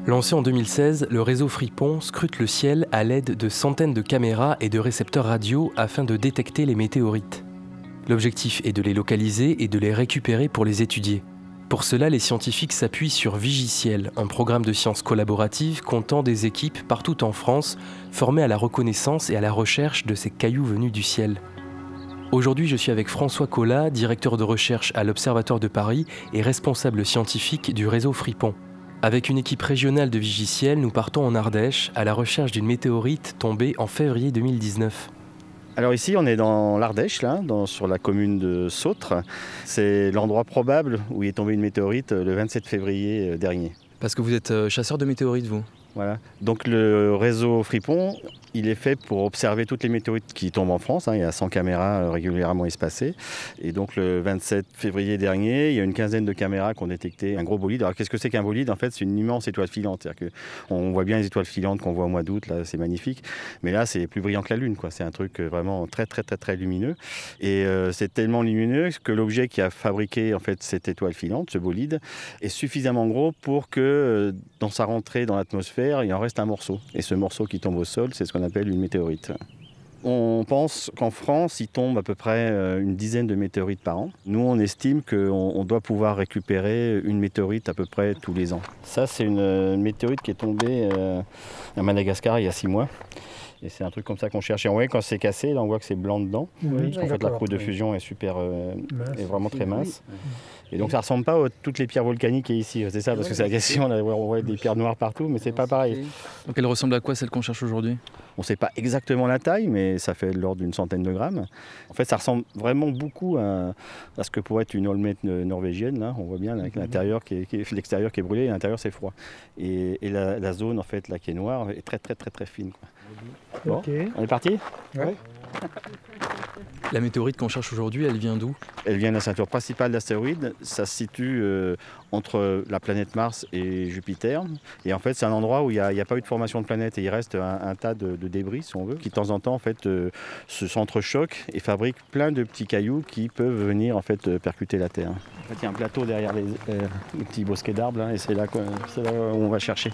Lancé en 2016, le réseau Fripon scrute le ciel à l'aide de centaines de caméras et de récepteurs radio afin de détecter les météorites. L'objectif est de les localiser et de les récupérer pour les étudier. Pour cela, les scientifiques s'appuient sur Vigiciel, un programme de sciences collaborative comptant des équipes partout en France formées à la reconnaissance et à la recherche de ces cailloux venus du ciel. Aujourd'hui, je suis avec François Collat, directeur de recherche à l'Observatoire de Paris et responsable scientifique du réseau Fripon. Avec une équipe régionale de Vigiciel, nous partons en Ardèche à la recherche d'une météorite tombée en février 2019. Alors ici, on est dans l'Ardèche, sur la commune de Sautre. C'est l'endroit probable où il est tombé une météorite le 27 février dernier. Parce que vous êtes chasseur de météorites, vous ? Voilà. Donc le réseau Fripon, il est fait pour observer toutes les météorites qui tombent en France. Il y a 100 caméras régulièrement espacées. Et donc le 27 février dernier, il y a une quinzaine de caméras qui ont détecté un gros bolide. Alors qu'est-ce que c'est qu'un bolide ? En fait, c'est une immense étoile filante. C'est-à-dire qu'on voit bien les étoiles filantes qu'on voit au mois d'août, là, c'est magnifique. Mais là, c'est plus brillant que la Lune, quoi. C'est un truc vraiment très, très, très, très lumineux. Et c'est tellement lumineux que l'objet qui a fabriqué en fait, cette étoile filante, ce bolide, est suffisamment gros pour que dans sa rentrée dans l'atmosphère, il en reste un morceau. Et ce morceau qui tombe au sol, c'est ce qu'on appelle une météorite. On pense qu'en France, il tombe à peu près une dizaine de météorites par an. Nous, on estime qu'on doit pouvoir récupérer une météorite à peu près tous les ans. Ça, c'est une météorite qui est tombée à Madagascar il y a 6 mois. Et c'est un truc comme ça qu'on cherche. Et on voit quand c'est cassé, là, on voit que c'est blanc dedans. Oui, en fait, la croûte de fusion est est vraiment très mince. Et donc ça ne ressemble pas à toutes les pierres volcaniques qu'il y a ici. C'est ça, parce que c'est la question, on voit des pierres noires partout, mais c'est pas pareil. Donc elle ressemble à quoi, celle qu'on cherche aujourd'hui ? On ne sait pas exactement la taille, mais ça fait de l'ordre d'une centaine de grammes. En fait, ça ressemble vraiment beaucoup à ce que pourrait être une holmette norvégienne. Là. On voit bien avec l'extérieur qui est brûlé et l'intérieur c'est froid. Et la zone en fait, là, qui est noire est très très très très fine. Quoi. Bon, Okay. On est parti ? Ouais. La météorite qu'on cherche aujourd'hui, elle vient d'où ? Elle vient de la ceinture principale d'astéroïdes. Ça se situe entre la planète Mars et Jupiter. Et en fait, c'est un endroit où il n'y a pas eu de formation de planète. Et il reste un tas de débris, si on veut, qui de temps en temps en fait, s'entrechoquent et fabriquent plein de petits cailloux qui peuvent venir en fait, percuter la Terre. En fait, il y a un plateau derrière les petits bosquets d'arbres. Là, et c'est là où on va chercher.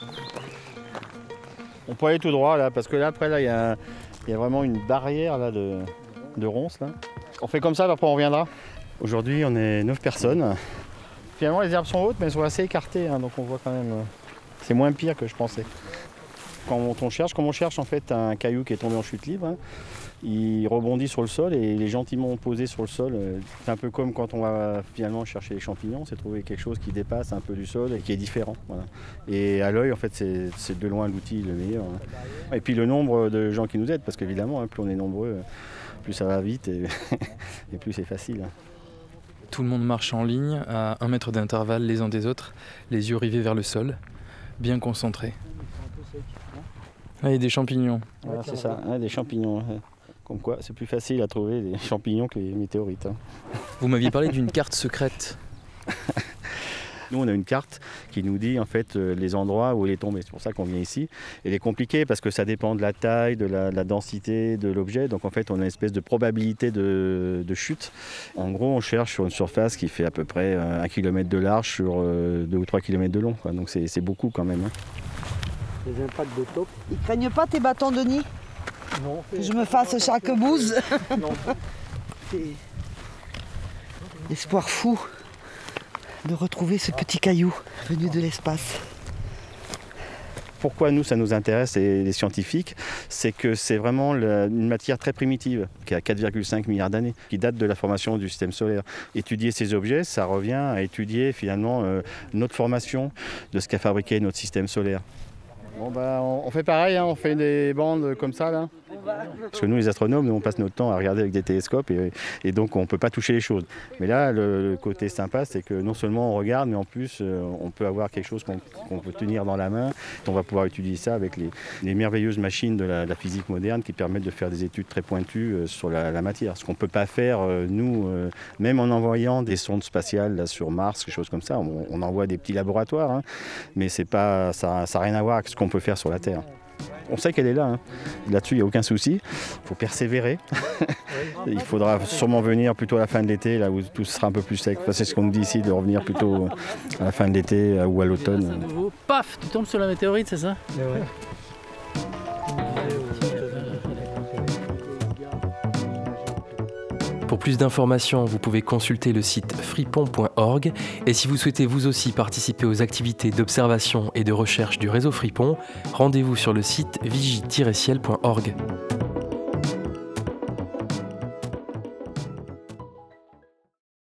On peut aller tout droit, là, parce que là, après, là, il y a vraiment une barrière là, de ronces. Là. On fait comme ça, après on reviendra. Aujourd'hui, on est 9 personnes. Finalement, les herbes sont hautes, mais elles sont assez écartées, donc on voit quand même... c'est moins pire que je pensais. Quand on cherche en fait un caillou qui est tombé en chute libre, il rebondit sur le sol et il est gentiment posé sur le sol. C'est un peu comme quand on va finalement chercher les champignons, c'est trouver quelque chose qui dépasse un peu du sol et qui est différent. Voilà. Et à l'œil, en fait, c'est de loin l'outil le meilleur. Et puis le nombre de gens qui nous aident, parce qu'évidemment, plus on est nombreux, plus ça va vite et plus c'est facile. Tout le monde marche en ligne, à 1 mètre d'intervalle les uns des autres, les yeux rivés vers le sol, bien concentrés. Ah, il y a des champignons. Voilà, c'est ça, des champignons. Comme quoi, c'est plus facile à trouver des champignons que les météorites. Vous m'aviez parlé d'une carte secrète. Nous, on a une carte qui nous dit en fait les endroits où elle est tombée. C'est pour ça qu'on vient ici. Elle est compliquée parce que ça dépend de la taille, de la densité de l'objet. Donc en fait, on a une espèce de probabilité de chute. En gros, on cherche sur une surface qui fait à peu près 1 km de large sur 2 ou 3 km de long. Quoi. Donc c'est beaucoup quand même. Les impacts de taupe. Ils craignent pas tes bâtons de nid Non. que je me fasse chaque bouse. Non. C'est espoir fou de retrouver ce petit caillou venu de l'espace. Pourquoi nous, ça nous intéresse, les scientifiques, c'est que c'est vraiment une matière très primitive, qui a 4,5 milliards d'années, qui date de la formation du système solaire. Étudier ces objets, ça revient à étudier finalement notre formation de ce qu'a fabriqué notre système solaire. Bon on fait pareil, on fait des bandes comme ça là. Parce que nous les astronomes, on passe notre temps à regarder avec des télescopes et donc on ne peut pas toucher les choses. Mais là le côté sympa c'est que non seulement on regarde mais en plus on peut avoir quelque chose qu'on peut tenir dans la main. On va pouvoir utiliser ça avec les merveilleuses machines de la physique moderne qui permettent de faire des études très pointues sur la matière. Ce qu'on ne peut pas faire nous, même en envoyant des sondes spatiales là, sur Mars, quelque chose comme ça, on envoie des petits laboratoires, mais c'est pas, ça n'a rien à voir avec ce qu'on peut faire sur la Terre. On sait qu'elle est là, hein. Là-dessus il n'y a aucun souci, il faut persévérer. Il faudra sûrement venir plutôt à la fin de l'été, là où tout sera un peu plus sec. Enfin, c'est ce qu'on nous dit ici, de revenir plutôt à la fin de l'été ou à l'automne. Paf, tu tombes sur la météorite, c'est ça? Pour plus d'informations, vous pouvez consulter le site fripon.org et si vous souhaitez vous aussi participer aux activités d'observation et de recherche du réseau Fripon, rendez-vous sur le site vigie-ciel.org.